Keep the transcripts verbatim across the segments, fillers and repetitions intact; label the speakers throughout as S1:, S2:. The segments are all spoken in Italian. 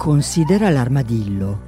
S1: Considera l'armadillo.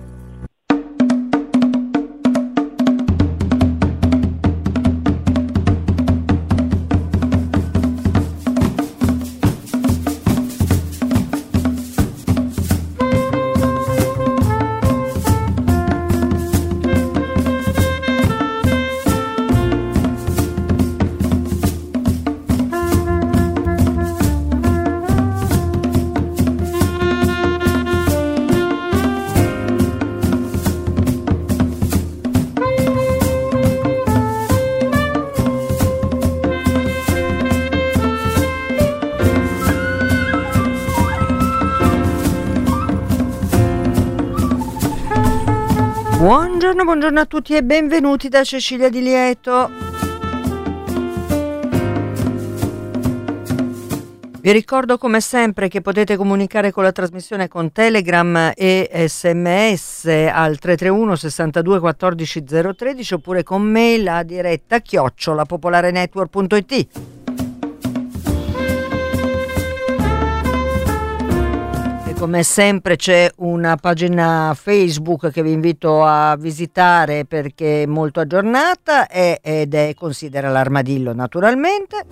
S1: Buongiorno, buongiorno a tutti e benvenuti da Cecilia Di Lieto. Vi ricordo come sempre che potete comunicare con la trasmissione con Telegram e sms al tre tre uno sessantadue quattordici zero tredici oppure con mail a diretta chiocciola popolarenetwork punto it. Come sempre c'è una pagina Facebook che vi invito a visitare perché è molto aggiornata e, ed è Considera l'armadillo naturalmente.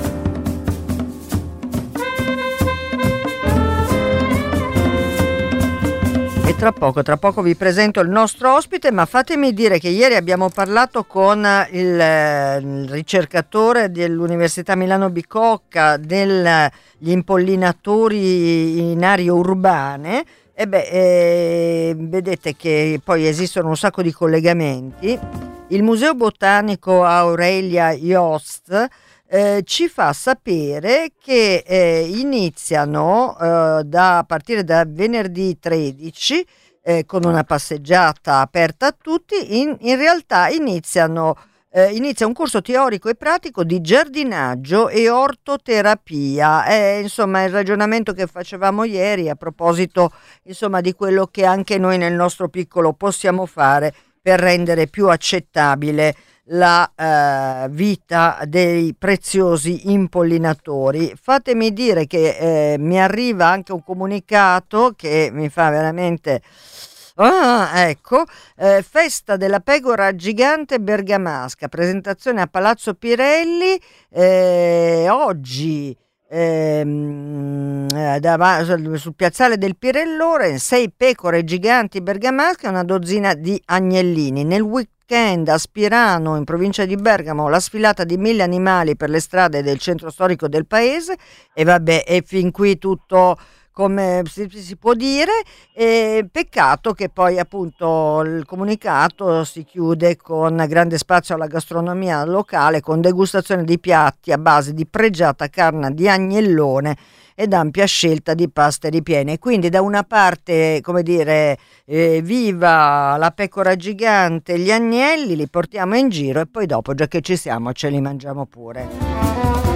S1: E tra poco, tra poco vi presento il nostro ospite, ma fatemi dire che ieri abbiamo parlato con il, il ricercatore dell'Università Milano Bicocca degli impollinatori in aree urbane. E beh, eh, vedete che poi esistono un sacco di collegamenti. Il Museo Botanico Aurelia Jost Eh, ci fa sapere che eh, iniziano eh, da a partire da venerdì tredici eh, con una passeggiata aperta a tutti. In, in realtà iniziano eh, inizia un corso teorico e pratico di giardinaggio e ortoterapia. È insomma il ragionamento che facevamo ieri a proposito insomma di quello che anche noi nel nostro piccolo possiamo fare per rendere più accettabile la eh, vita dei preziosi impollinatori. Fatemi dire che eh, mi arriva anche un comunicato che mi fa veramente ah, ecco eh, festa della pecora gigante bergamasca, presentazione a Palazzo Pirelli eh, oggi ehm, eh, sul piazzale del Pirellone. Sei pecore giganti bergamasche e una dozzina di agnellini. Nel weekend a Spirano, in provincia di Bergamo, la sfilata di mille animali per le strade del centro storico del paese. E vabbè, e fin qui tutto come si, si può dire. E peccato che poi appunto il comunicato si chiude con grande spazio alla gastronomia locale, con degustazione di piatti a base di pregiata carne di agnellone ed ampia scelta di paste ripiene. Quindi da una parte, come dire, eh, viva la pecora gigante, gli agnelli li portiamo in giro e poi dopo, già che ci siamo, ce li mangiamo pure.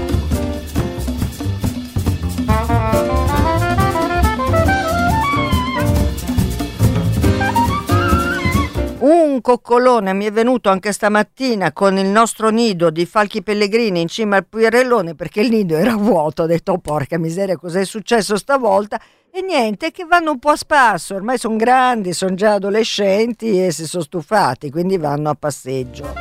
S1: Un coccolone mi è venuto anche stamattina con il nostro nido di falchi pellegrini in cima al Pirellone, perché il nido era vuoto. Ho detto, oh, porca miseria, cos'è successo stavolta? E niente, che vanno un po' a spasso, ormai sono grandi, sono già adolescenti e si sono stufati, quindi vanno a passeggio.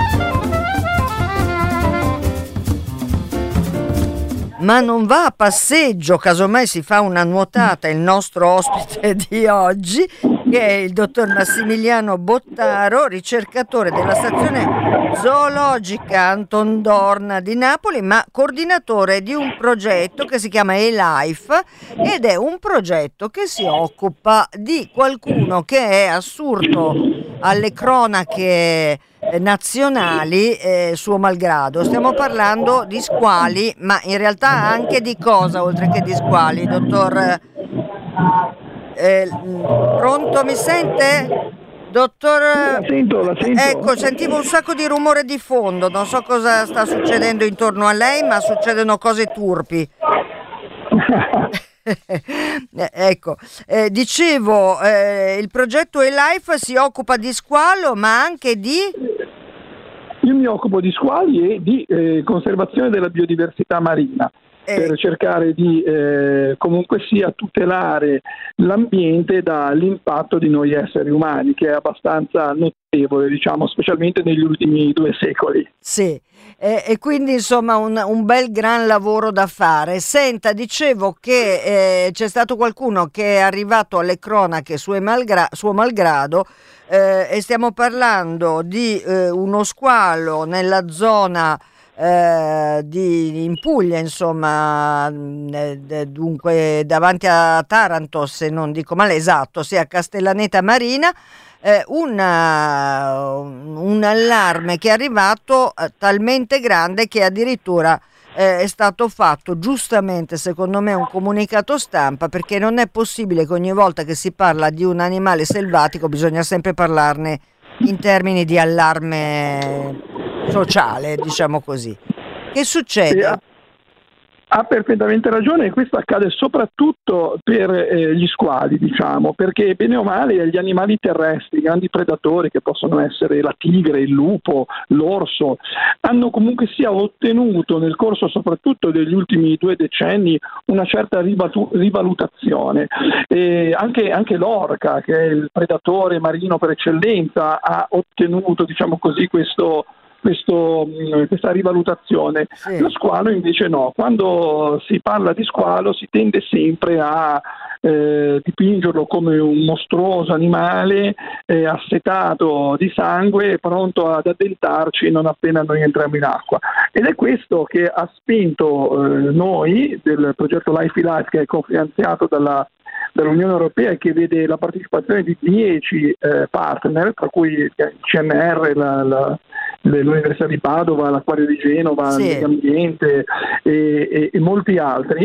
S1: Ma non va a passeggio, casomai si fa una nuotata il nostro ospite di oggi, che è il dottor Massimiliano Bottaro, ricercatore della stazione zoologica Anton Dohrn di Napoli, ma coordinatore di un progetto che si chiama eLife, ed è un progetto che si occupa di qualcuno che è assurdo alle cronache nazionali eh, suo malgrado. Stiamo parlando di squali, ma in realtà anche di cosa oltre che di squali, dottor? Eh, pronto, mi sente? Dottor?
S2: La sento, la sento.
S1: Ecco, sentivo un sacco di rumore di fondo, non so cosa sta succedendo intorno a lei, ma succedono cose turpi. Ecco, eh, dicevo, eh, il progetto eLife si occupa di squalo, ma anche di...
S2: Io mi occupo di squali e di eh, conservazione della biodiversità marina. per eh. cercare di eh, comunque sia tutelare l'ambiente dall'impatto di noi esseri umani, che è abbastanza notevole, diciamo, specialmente negli ultimi due secoli.
S1: Sì, e, e quindi insomma un, un bel gran lavoro da fare. Senta, dicevo che eh, c'è stato qualcuno che è arrivato alle cronache suo, malgra- suo malgrado eh, e stiamo parlando di eh, uno squalo nella zona Eh, di, in Puglia, insomma, eh, dunque davanti a Taranto, se non dico male, esatto, sia a Castellaneta Marina, eh, una, un allarme che è arrivato eh, talmente grande che addirittura eh, è stato fatto giustamente, secondo me, un comunicato stampa, perché non è possibile che ogni volta che si parla di un animale selvatico bisogna sempre parlarne in termini di allarme sociale, diciamo così. Che succede?
S2: Ha, ha perfettamente ragione, e questo accade soprattutto per eh, gli squali, diciamo, perché bene o male gli animali terrestri, i grandi predatori che possono essere la tigre, il lupo, l'orso, hanno comunque sia ottenuto nel corso soprattutto degli ultimi due decenni una certa rivalu- rivalutazione. E anche, anche l'orca, che è il predatore marino per eccellenza, ha ottenuto, diciamo così, questo Questo, questa rivalutazione. Sì. Lo squalo invece no, quando si parla di squalo si tende sempre a eh, dipingerlo come un mostruoso animale eh, assetato di sangue, pronto ad addentarci non appena noi entriamo in acqua, ed è questo che ha spinto eh, noi del progetto Life in Life, che è cofinanziato dalla dall'Unione Europea e che vede la partecipazione di dieci eh, partner, tra cui il C N R, la, la, l'Università di Padova, l'Acquario di Genova,
S1: sì.
S2: il Medio Ambiente e, e, e molti altri,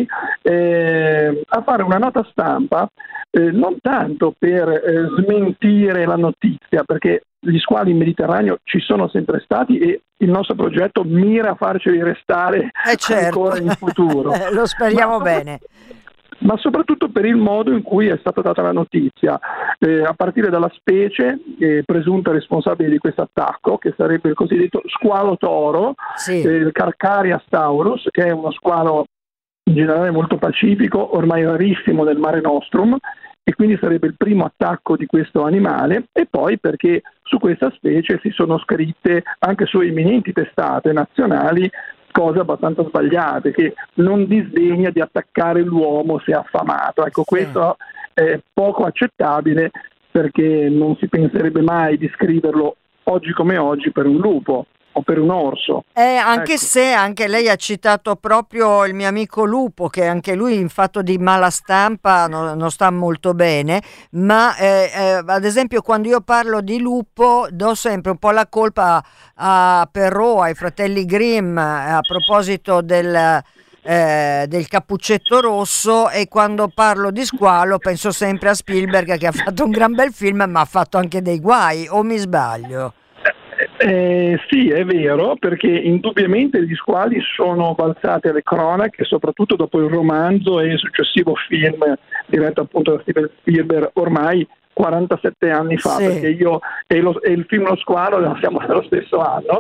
S2: eh, a fare una nota stampa eh, non tanto per eh, smentire la notizia, perché gli squali in Mediterraneo ci sono sempre stati e il nostro progetto mira a farceli restare
S1: eh certo.
S2: ancora in futuro.
S1: Lo speriamo
S2: Ma,
S1: bene.
S2: ma soprattutto per il modo in cui è stata data la notizia, eh, a partire dalla specie eh, presunta responsabile di questo attacco, che sarebbe il cosiddetto squalo toro,
S1: sì.
S2: eh, il Carcharias taurus, che è uno squalo in generale molto pacifico, ormai rarissimo nel Mare Nostrum, e quindi sarebbe il primo attacco di questo animale, e poi perché su questa specie si sono scritte anche su eminenti testate nazionali cose abbastanza sbagliate, che non disdegna di attaccare l'uomo se affamato. Ecco, sì. Questo è poco accettabile, perché non si penserebbe mai di scriverlo oggi come oggi per un lupo o per un orso.
S1: Eh, anche
S2: ecco.
S1: Se anche lei ha citato proprio il mio amico lupo, che anche lui in fatto di mala stampa non, non sta molto bene, ma eh, eh, ad esempio quando io parlo di lupo do sempre un po' la colpa a, a Perrault, ai fratelli Grimm, a proposito del... Eh, del Cappuccetto Rosso, e quando parlo di squalo penso sempre a Spielberg, che ha fatto un gran bel film ma ha fatto anche dei guai, o mi sbaglio?
S2: Eh, sì, è vero, perché indubbiamente gli squali sono balzati alle cronache, soprattutto dopo il romanzo e il successivo film diretto appunto da Steven Spielberg ormai quarantasette anni fa, sì. Perché io e, lo, e il film Lo Squalo siamo nello stesso anno.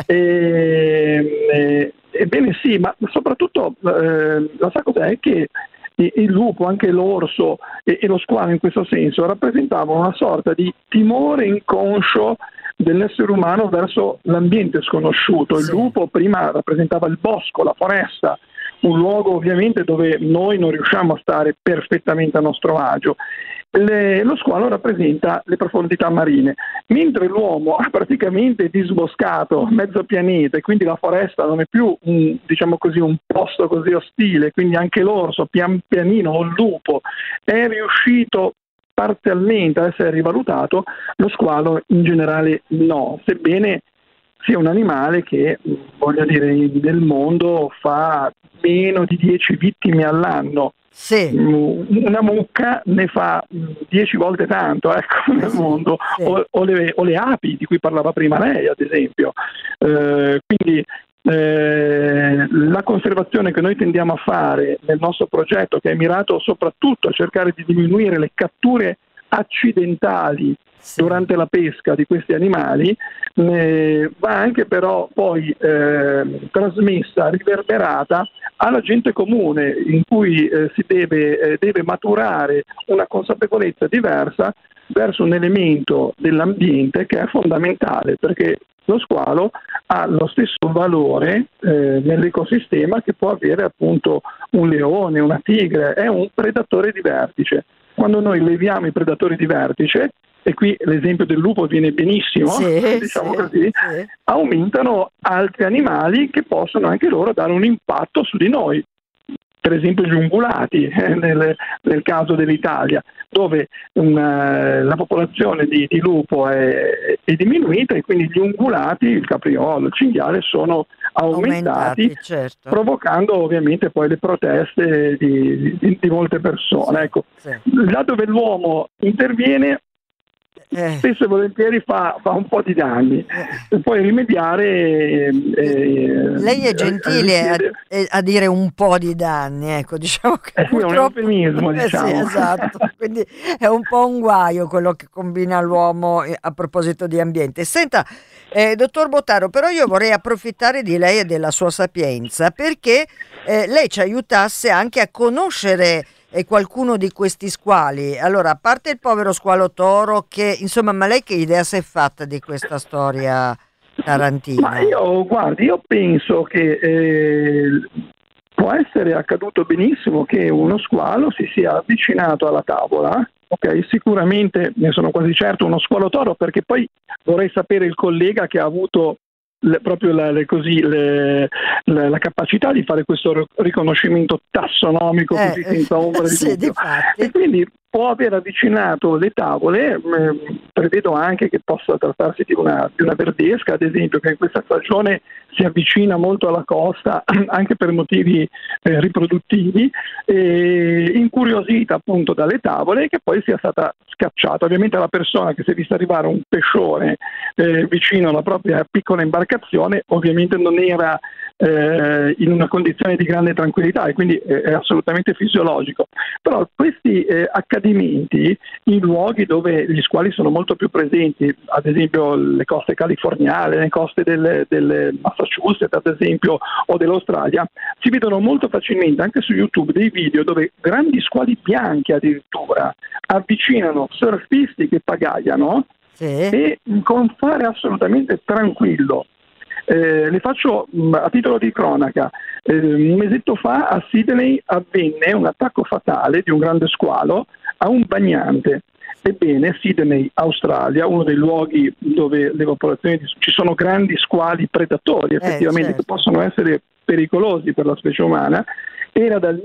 S2: e, e, ebbene sì, ma soprattutto eh, la sa cos'è? Che il lupo, anche l'orso e, e lo squalo in questo senso rappresentavano una sorta di timore inconscio dell'essere umano verso l'ambiente sconosciuto. Il sì. lupo prima rappresentava il bosco, la foresta, un luogo ovviamente dove noi non riusciamo a stare perfettamente a nostro agio. Le, lo squalo rappresenta le profondità marine, mentre l'uomo ha praticamente disboscato mezzo pianeta, e quindi la foresta non è più un, diciamo così, un posto così ostile, quindi anche l'orso pian pianino o il lupo è riuscito parzialmente ad essere rivalutato, lo squalo in generale no, sebbene sia un animale che, voglio dire, nel mondo fa meno di dieci vittime all'anno.
S1: Sì.
S2: Una mucca ne fa dieci volte tanto, ecco, nel sì, mondo, sì. O, o, le, o le api di cui parlava prima lei, ad esempio. Eh, quindi eh, la conservazione che noi tendiamo a fare nel nostro progetto, che è mirato soprattutto a cercare di diminuire le catture accidentali
S1: Sì.
S2: durante la pesca di questi animali, eh, va anche però poi eh, trasmessa, riverberata alla gente comune, in cui eh, si deve, eh, deve maturare una consapevolezza diversa verso un elemento dell'ambiente che è fondamentale, perché lo squalo ha lo stesso valore eh, nell'ecosistema che può avere appunto un leone, una tigre, è un predatore di vertice. Quando noi leviamo i predatori di vertice, e qui l'esempio del lupo viene benissimo,
S1: Sì,
S2: diciamo
S1: sì,
S2: così,
S1: sì.
S2: aumentano altri animali che possono anche loro dare un impatto su di noi. Per esempio gli ungulati, eh, nel, nel caso dell'Italia, dove una, la popolazione di, di lupo è, è diminuita e quindi gli ungulati, il capriolo, il cinghiale sono aumentati,
S1: Aumentati, certo.
S2: provocando ovviamente poi le proteste di, di, di molte persone.
S1: Sì,
S2: Ecco,
S1: sì.
S2: là dove l'uomo interviene,
S1: Eh,
S2: spesso e volentieri fa, fa un po' di danni,
S1: eh.
S2: e poi rimediare. Eh,
S1: Lei è gentile a,
S2: richiede-
S1: eh, a dire un po' di danni, ecco, diciamo che
S2: Eh sì, è un
S1: purtroppo
S2: eufemismo,
S1: eh sì,
S2: diciamo.
S1: esatto, quindi è un po' un guaio quello che combina l'uomo eh, a proposito di ambiente. Senta, eh, dottor Bottaro, però io vorrei approfittare di lei e della sua sapienza perché eh, lei ci aiutasse anche a conoscere eh, qualcuno di questi squali. Allora, a parte il povero squalo toro, che insomma, ma lei che idea si è fatta di questa storia tarantina?
S2: Ma io, guardi, io penso che eh, può essere accaduto benissimo che uno squalo si sia avvicinato alla tavola, ok? Sicuramente, ne sono quasi certo, uno squalo toro, perché poi vorrei sapere il collega che ha avuto le, proprio la, le, così, le, la, la capacità di fare questo riconoscimento tassonomico
S1: Eh,
S2: così senza ombra di
S1: sì,
S2: dubbio.
S1: difatti.
S2: E quindi può aver avvicinato le tavole, eh, prevedo anche che possa trattarsi di una, di una verdesca, ad esempio, che in questa stagione si avvicina molto alla costa anche per motivi eh, riproduttivi, e incuriosita appunto dalle tavole, che poi sia stata scacciata. Ovviamente la persona che si è vista arrivare un pescione eh, vicino alla propria piccola imbarcazione ovviamente non era eh, in una condizione di grande tranquillità, e quindi eh, è assolutamente fisiologico. Però questi eh, accadimenti in luoghi dove gli squali sono molto più presenti, ad esempio le coste californiane, le coste del, del Massachusetts ad esempio, o dell'Australia, si vedono molto facilmente anche su YouTube dei video dove grandi squali bianchi addirittura avvicinano surfisti che pagaiano,
S1: Sì.
S2: e con fare assolutamente tranquillo. Eh, le faccio mh, a titolo di cronaca, eh, un mesetto fa a Sydney avvenne un attacco fatale di un grande squalo a un bagnante. Ebbene, Sydney, Australia, uno dei luoghi dove le popolazioni di, ci sono grandi squali predatori effettivamente,
S1: certo.
S2: che possono essere pericolosi per la specie umana, era dal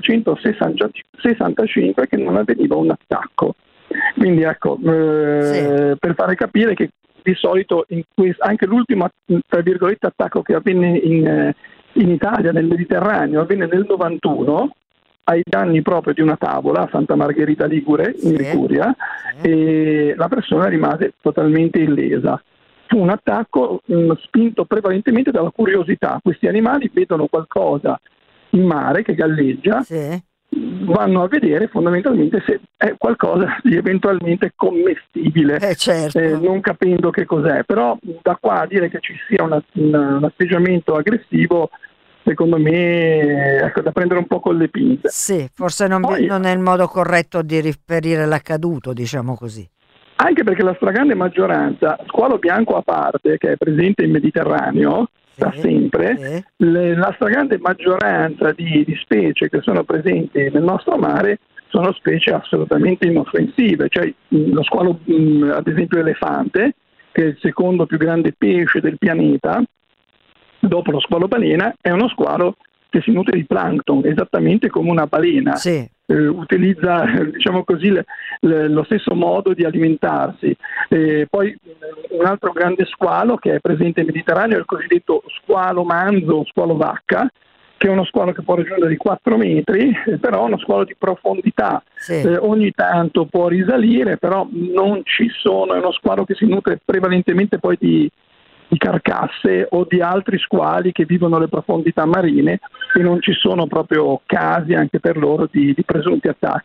S2: millenovecentosessantacinque che non avveniva un attacco. Quindi ecco, eh,
S1: Sì.
S2: per fare capire che di solito in quest- anche l'ultimo tra virgolette attacco che avvenne in, eh, in Italia, nel Mediterraneo, avvenne nel novantuno ai danni proprio di una tavola a Santa Margherita Ligure, in
S1: Sì.
S2: Liguria,
S1: Sì.
S2: e la persona rimase totalmente illesa. Fu un attacco mh, spinto prevalentemente dalla curiosità. Questi animali vedono qualcosa in mare che galleggia,
S1: Sì.
S2: vanno a vedere fondamentalmente se è qualcosa di eventualmente commestibile,
S1: Eh, certo.
S2: eh, non capendo che cos'è. Però da qua a dire che ci sia una, una, un atteggiamento aggressivo, secondo me ecco, da prendere un po' con le pinze.
S1: Sì, forse non,
S2: Poi,
S1: non è il modo corretto di riferire l'accaduto, diciamo così.
S2: anche perché la stragrande maggioranza, squalo bianco a parte, che è presente in Mediterraneo da
S1: Sì,
S2: sempre,
S1: sì.
S2: le, la stragrande maggioranza di, di specie che sono presenti nel nostro mare sono specie assolutamente inoffensive. Cioè lo squalo, mh, ad esempio elefante, che è il secondo più grande pesce del pianeta, dopo lo squalo balena, è uno squalo che si nutre di plancton, esattamente come una balena.
S1: Sì.
S2: Eh, utilizza, diciamo così, le, le, lo stesso modo di alimentarsi. Eh, poi un altro grande squalo che è presente nel Mediterraneo è il cosiddetto squalo manzo o squalo vacca, che è uno squalo che può raggiungere i quattro metri, eh, però è uno squalo di profondità.
S1: Sì.
S2: Eh, ogni tanto può risalire, però non ci sono, è uno squalo che si nutre prevalentemente poi di di carcasse o di altri squali che vivono alle profondità marine, e non ci sono proprio casi anche per loro di, di presunti attacchi.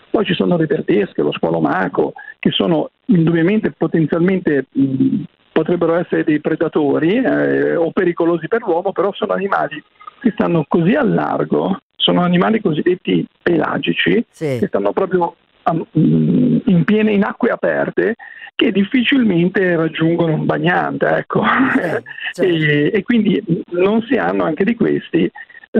S2: Poi ci sono le ipertesche, lo squalomaco, che sono indubbiamente potenzialmente mh, potrebbero essere dei predatori eh, o pericolosi per l'uomo, però sono animali che stanno così al largo, sono animali cosiddetti pelagici,
S1: sì.
S2: che stanno proprio um, in piene in acque aperte, che difficilmente raggiungono un bagnante, ecco.
S1: Eh, certo.
S2: e, e quindi non si hanno anche di questi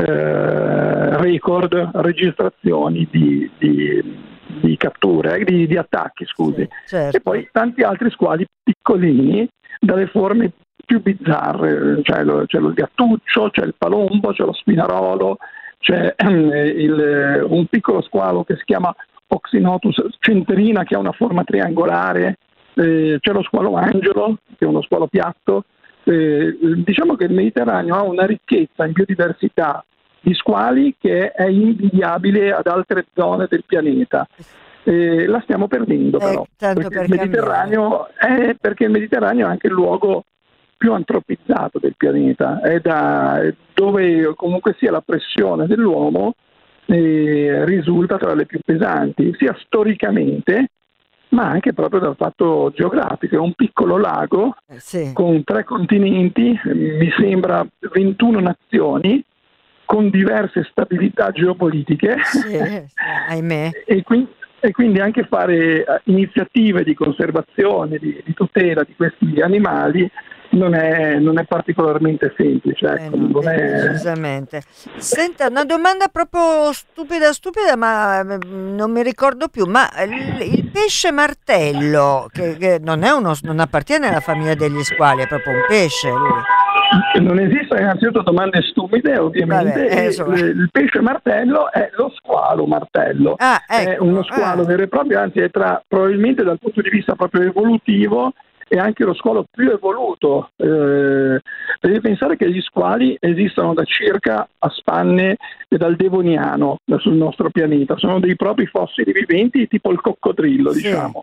S2: eh, record, registrazioni di, di, di catture, di, di attacchi, scusi.
S1: Sì, certo.
S2: E poi tanti altri squali piccolini, dalle forme più bizzarre, c'è lo, c'è lo gattuccio, c'è il palombo, c'è lo spinarolo, c'è il, un piccolo squalo che si chiama Oxynotus centerina, che ha una forma triangolare, eh, c'è lo squalo angelo, che è uno squalo piatto. Eh, diciamo che il Mediterraneo ha una ricchezza in biodiversità di squali che è invidiabile ad altre zone del pianeta. Eh, la stiamo perdendo però,
S1: eh, tanto
S2: perché,
S1: per
S2: il Mediterraneo è, perché il Mediterraneo è anche il luogo più antropizzato del pianeta, è da, dove comunque sia la pressione dell'uomo eh, risulta tra le più pesanti, sia storicamente ma anche proprio dal fatto geografico. È un piccolo lago
S1: eh, sì.
S2: con tre continenti, mi sembra ventuno nazioni, con diverse stabilità geopolitiche,
S1: Sì, sì, ahimè.
S2: e, quindi, e quindi anche fare iniziative di conservazione, di, di tutela di questi animali non è, non è particolarmente semplice. Ecco,
S1: Eh no,
S2: non è...
S1: decisamente. Senta, una domanda proprio stupida, stupida, ma eh, non mi ricordo più. Ma il, il pesce martello, che, che non è uno, non appartiene alla famiglia degli squali, è proprio un pesce lui.
S2: Non esistono innanzitutto domande stupide, ovviamente.
S1: Vabbè, eh,
S2: e
S1: insomma.
S2: il pesce martello è lo squalo martello,
S1: Ah,
S2: è
S1: ecco.
S2: uno squalo
S1: Ah.
S2: vero e proprio, anzi è tra, probabilmente dal punto di vista proprio evolutivo, è anche lo squalo più evoluto. Eh, devi pensare che gli squali esistono da circa a spanne dal Devoniano sul nostro pianeta, sono dei propri fossili viventi tipo il coccodrillo,
S1: Sì.
S2: diciamo.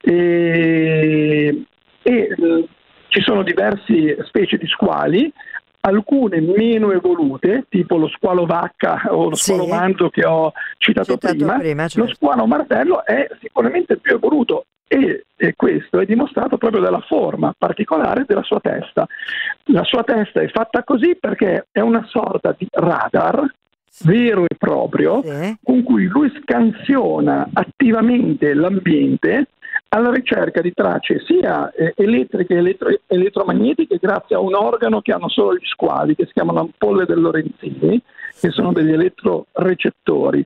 S2: E, e ci sono diverse specie di squali, alcune meno evolute, tipo lo squalo vacca o lo
S1: Sì.
S2: squalo manzo che ho citato,
S1: Citato
S2: prima.
S1: prima, certo.
S2: Lo squalo martello è sicuramente più evoluto e, e questo è dimostrato proprio dalla forma particolare della sua testa. La sua testa è fatta così perché è una sorta di radar vero e proprio,
S1: Sì.
S2: con cui lui scansiona attivamente l'ambiente alla ricerca di tracce sia eh, elettriche e elettro- elettromagnetiche, grazie a un organo che hanno solo gli squali, che si chiamano ampolle del Lorenzini, che sono degli elettrorecettori,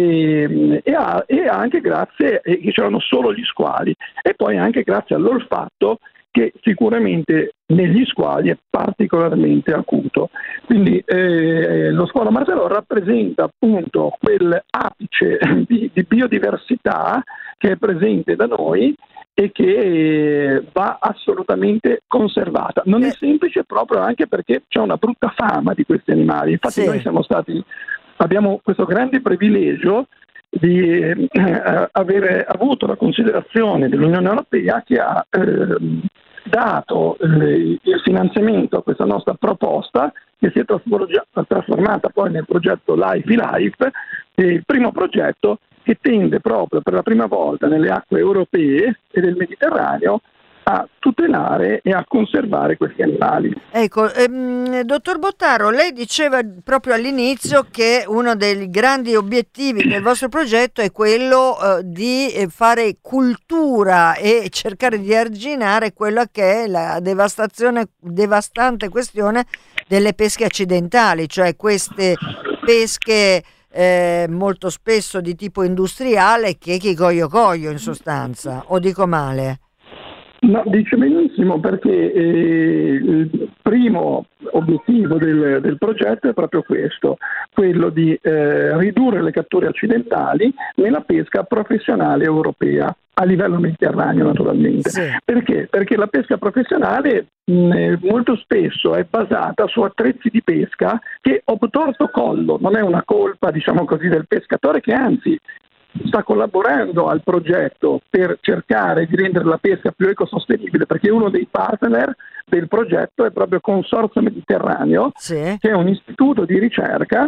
S2: e, e, a, e anche grazie, eh, che c'erano solo gli squali, e poi anche grazie all'olfatto, che sicuramente negli squali è particolarmente acuto. Quindi eh, lo squalo martello rappresenta appunto quell'apice di, di biodiversità che è presente da noi e che va assolutamente conservata. Non è semplice proprio anche perché c'è una brutta fama di questi animali. Infatti
S1: Sì.
S2: noi siamo stati, abbiamo questo grande privilegio di eh, avere avuto la considerazione dell'Unione Europea, che ha eh, dato eh, il finanziamento a questa nostra proposta, che si è trasformata poi nel progetto Life Life, eh, il primo progetto che tende proprio per la prima volta nelle acque europee e del Mediterraneo a tutelare e a conservare questi animali.
S1: Ecco, ehm, dottor Bottaro, lei diceva proprio all'inizio che uno dei grandi obiettivi del vostro progetto è quello eh, di fare cultura e cercare di arginare quella che è la devastazione, devastante questione delle pesche accidentali, cioè queste pesche eh, molto spesso di tipo industriale che chi coglio coglio in sostanza, o dico male?
S2: No, dice benissimo, perché eh, il primo obiettivo del, del progetto è proprio questo, quello di eh, ridurre le catture accidentali nella pesca professionale europea, a livello mediterraneo naturalmente.
S1: Sì.
S2: Perché? Perché la pesca professionale mh, molto spesso è basata su attrezzi di pesca che obtorto collo, non è una colpa, diciamo così, del pescatore, che anzi sta collaborando al progetto per cercare di rendere la pesca più ecosostenibile, perché uno dei partner del progetto è proprio Consorzio Mediterraneo,
S1: sì.
S2: che è un istituto di ricerca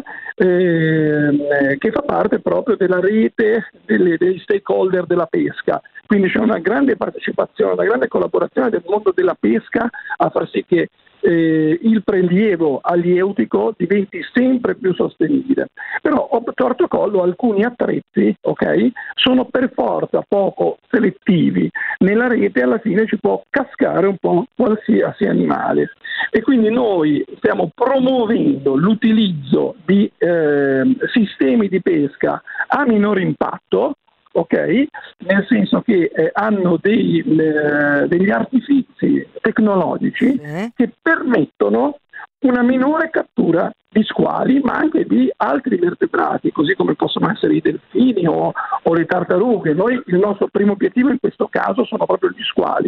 S2: eh, che fa parte proprio della rete delle, dei stakeholder della pesca. Quindi c'è una grande partecipazione, una grande collaborazione del mondo della pesca a far sì che eh, il prelievo alieutico diventi sempre più sostenibile. Però obtorto collo alcuni attrezzi, ok, sono per forza poco selettivi. Nella rete alla fine ci può cascare un po' qualsiasi animale e quindi noi stiamo promuovendo l'utilizzo di eh, sistemi di pesca a minor impatto, ok? Nel senso che eh, hanno dei, eh, degli artifici tecnologici
S1: Sì.
S2: che permettono una minore cattura di squali, ma anche di altri vertebrati, così come possono essere i delfini o, o le tartarughe. Noi il nostro primo obiettivo in questo caso sono proprio gli squali.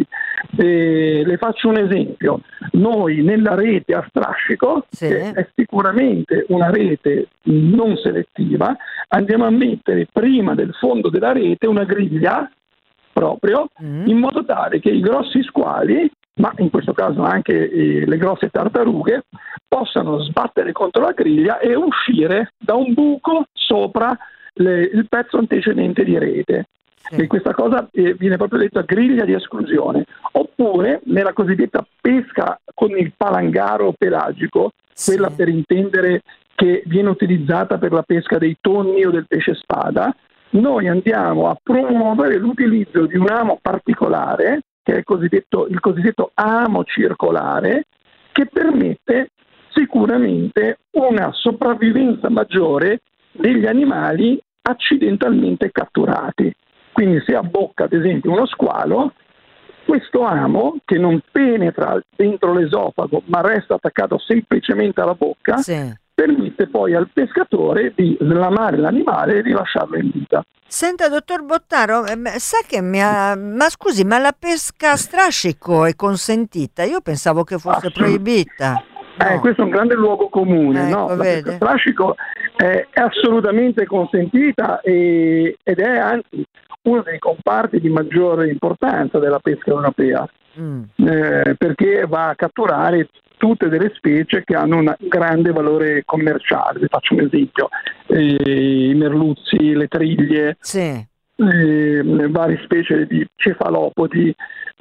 S2: Eh, le faccio un esempio. Noi nella rete a strascico,
S1: Sì.
S2: che è sicuramente una rete non selettiva, andiamo a mettere prima del fondo della rete una griglia proprio,
S1: Mm.
S2: in modo tale che i grossi squali, ma in questo caso anche eh, le grosse tartarughe, possano sbattere contro la griglia e uscire da un buco sopra le, il pezzo antecedente di rete.
S1: Sì.
S2: E questa cosa eh, viene proprio detta griglia di esclusione. Oppure nella cosiddetta pesca con il palangaro pelagico,
S1: Sì.
S2: quella per intendere che viene utilizzata per la pesca dei tonni o del pesce spada, noi andiamo a promuovere l'utilizzo di un amo particolare, che è il cosiddetto, il cosiddetto amo circolare, che permette sicuramente una sopravvivenza maggiore degli animali accidentalmente catturati. Quindi se abbocca ad esempio uno squalo, questo amo, che non penetra dentro l'esofago ma resta attaccato semplicemente alla bocca,
S1: Sì.
S2: permette poi al pescatore di slamare l'animale e rilasciarlo in vita.
S1: Senta, dottor Bottaro, eh, beh, sa che mi ha... Ma scusi, ma la pesca a strascico è consentita? Io pensavo che fosse
S2: Assolut-
S1: proibita. No.
S2: Eh, questo è un grande luogo comune,
S1: Ecco,
S2: no? La
S1: vede?
S2: pesca a strascico è, è assolutamente consentita e, ed è anzi uno dei comparti di maggiore importanza della pesca europea,
S1: Mm.
S2: eh, perché va a catturare tutte delle specie che hanno un grande valore commerciale. Vi faccio un esempio: eh, i merluzzi, le triglie,
S1: Sì.
S2: eh, varie specie di cefalopodi,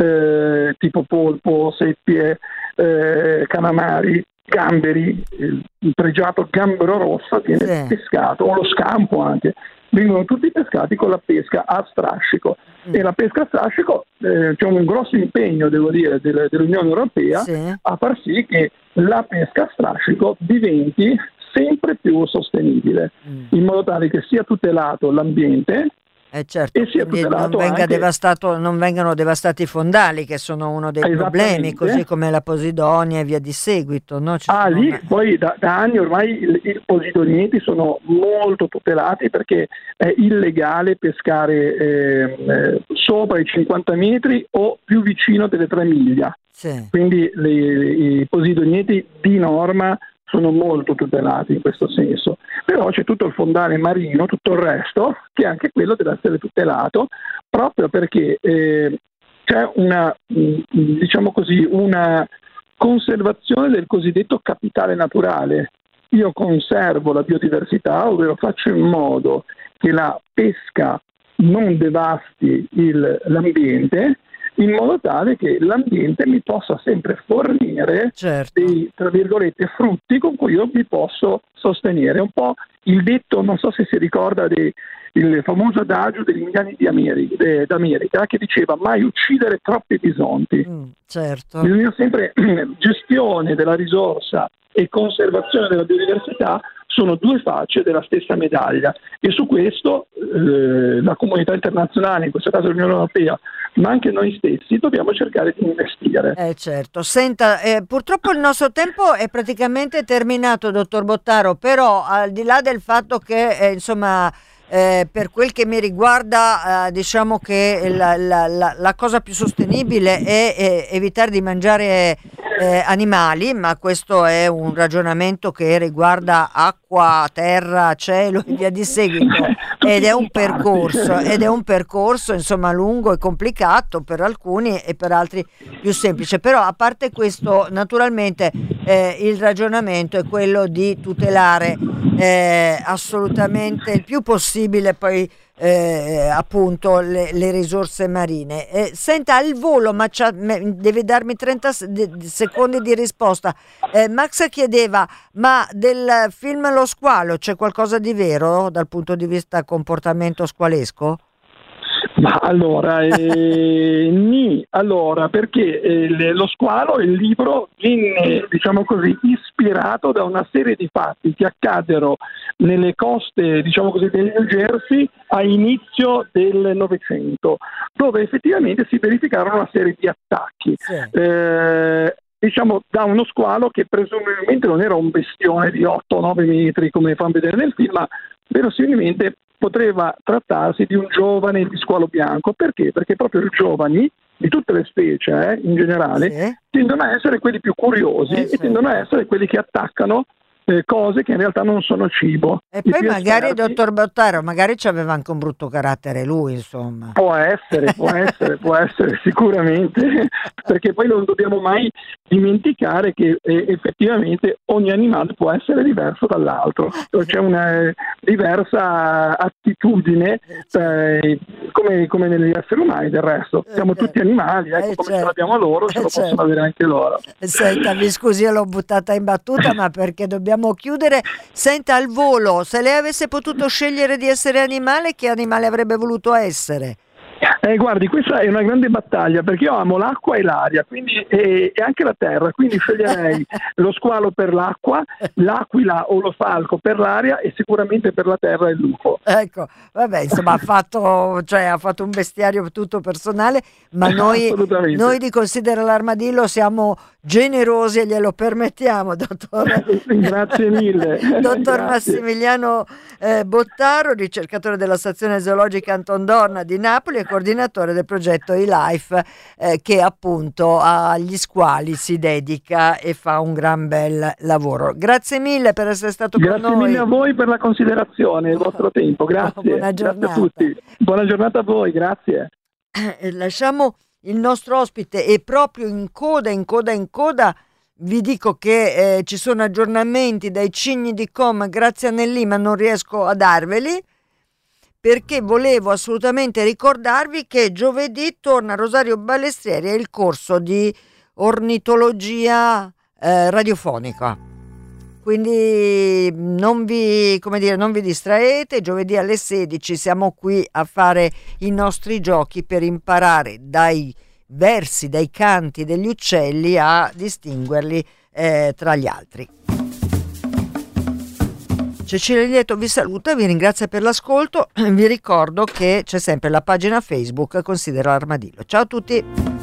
S2: eh, tipo polpo, seppie, eh, calamari, gamberi, il, il pregiato gambero rosso viene
S1: Sì.
S2: pescato, o lo scampo anche, vengono tutti pescati con la pesca a strascico.
S1: Mm.
S2: E la pesca a strascico eh, c'è un grosso impegno, devo dire, del, dell'Unione Europea
S1: Sì.
S2: a far sì che la pesca a strascico diventi sempre più sostenibile,
S1: Mm.
S2: in modo tale che sia tutelato l'ambiente
S1: Eh certo,
S2: e sia
S1: quindi non,
S2: tutelato
S1: venga
S2: anche...
S1: devastato, non vengano devastati i fondali, che sono uno dei problemi,
S2: Esattamente.
S1: così come la posidonia e via di seguito, no? Ci
S2: Ah,
S1: sono-
S2: lì poi da, da anni ormai i, i posidonieti sono molto tutelati, perché è illegale pescare eh, eh, sopra i cinquanta metri o più vicino delle tre miglia.
S1: Sì.
S2: Quindi le, i posidonieti di norma sono molto tutelati in questo senso. Però c'è tutto il fondale marino, tutto il resto, che anche quello deve essere tutelato, proprio perché eh, c'è una, mh, diciamo così, una conservazione del cosiddetto capitale naturale. Io conservo la biodiversità, ovvero faccio in modo che la pesca non devasti il, l'ambiente, in modo tale che l'ambiente mi possa sempre fornire
S1: Certo.
S2: dei, tra virgolette, frutti con cui io mi posso sostenere. Un po' il detto, non so se si ricorda dei, il famoso adagio degli indiani di America, de, d'America, che diceva mai uccidere troppi bisonti.
S1: Mm, certo.
S2: Bisogna sempre gestione della risorsa e conservazione della biodiversità sono due facce della stessa medaglia, e su questo eh, la comunità internazionale, in questo caso l'Unione Europea, ma anche noi stessi, dobbiamo cercare di investire.
S1: Eh certo, senta, eh, purtroppo il nostro tempo è praticamente terminato, dottor Bottaro, però al di là del fatto che eh, insomma eh, per quel che mi riguarda eh, diciamo che la, la, la, la cosa più sostenibile è, è evitare di mangiare eh, animali, ma questo è un ragionamento che riguarda acqua, terra, cielo e via di seguito. ed è un
S2: tutti comparti.
S1: percorso ed è un percorso insomma lungo e complicato per alcuni e per altri più semplice, però a parte questo naturalmente eh, il ragionamento è quello di tutelare eh, assolutamente il più possibile poi eh, appunto le, le risorse marine. Eh, senta, al volo, ma c'ha- me- deve darmi trenta se- de- secondi di risposta. Eh, Max chiedeva, ma del film Lo Squalo c'è qualcosa di vero dal punto di vista comportamento squalesco?
S2: Ma allora, eh, ni, allora perché eh, le- lo squalo, il libro, venne, diciamo così, ispirato da una serie di fatti che accaddero nelle coste, diciamo così, del New Jersey a inizio del Novecento, dove effettivamente si verificarono una serie di attacchi.
S1: Sì.
S2: Eh, diciamo da uno squalo che presumibilmente non era un bestione di otto nove metri come fanno vedere nel film, ma verosimilmente poteva trattarsi di un giovane di squalo bianco. Perché? Perché proprio i giovani di tutte le specie eh, in generale
S1: Sì.
S2: tendono a essere quelli più curiosi
S1: Eh,
S2: e
S1: sì.
S2: tendono a essere quelli che attaccano eh, cose che in realtà non sono cibo.
S1: E
S2: I
S1: poi
S2: più
S1: magari,
S2: esperti-
S1: dottor Bottaro, magari c'aveva anche un brutto carattere lui, insomma.
S2: Può essere, può essere, può essere sicuramente, perché poi non dobbiamo mai dimenticare che eh, effettivamente ogni animale può essere diverso dall'altro, cioè, c'è una eh, diversa attitudine eh, come, come negli esseri umani del resto. Siamo
S1: certo.
S2: tutti animali, ecco,
S1: Eh,
S2: come
S1: certo.
S2: ce l'abbiamo loro, ce
S1: Eh,
S2: lo
S1: certo.
S2: possono avere anche loro.
S1: Senta, mi scusi, io l'ho buttata in battuta, ma perché dobbiamo chiudere. Senta, al volo, se lei avesse potuto scegliere di essere animale, che animale avrebbe voluto essere?
S2: Eh, guardi, questa è una grande battaglia perché io amo l'acqua e l'aria, quindi, e, e anche la terra, quindi sceglierei lo squalo per l'acqua, l'aquila o lo falco per l'aria e sicuramente per la terra il lupo.
S1: Ecco, vabbè, insomma, ha fatto, cioè, ha fatto un bestiario tutto personale, ma noi,
S2: Assolutamente.
S1: noi di Considera l'Armadillo siamo generosi e glielo permettiamo, dottor,
S2: Grazie mille.
S1: dottor
S2: Grazie.
S1: Massimiliano eh, Bottaro, ricercatore della stazione zoologica Anton Dohrn di Napoli e coordinatore del progetto eLife eh, che appunto agli squali si dedica e fa un gran bel lavoro. Grazie mille per essere stato
S2: Grazie
S1: con noi.
S2: mille a voi per la considerazione e il vostro tempo. Grazie.
S1: Buona
S2: Grazie a
S1: giornata.
S2: tutti. Buona giornata a voi, grazie.
S1: Eh, lasciamo il nostro ospite e proprio in coda, in coda, in coda vi dico che eh, ci sono aggiornamenti dai Cigni di Com, grazie a Nelly, ma non riesco a darveli perché volevo assolutamente ricordarvi che giovedì torna a Rosario Balestrieri il corso di ornitologia eh, radiofonica. Quindi non vi, come dire, non vi distraete, giovedì alle sedici siamo qui a fare i nostri giochi per imparare dai versi, dai canti degli uccelli a distinguerli eh, tra gli altri. Cecilia Lieto vi saluta, vi ringrazia per l'ascolto, vi ricordo che c'è sempre la pagina Facebook Considera l'Armadillo. Ciao a tutti!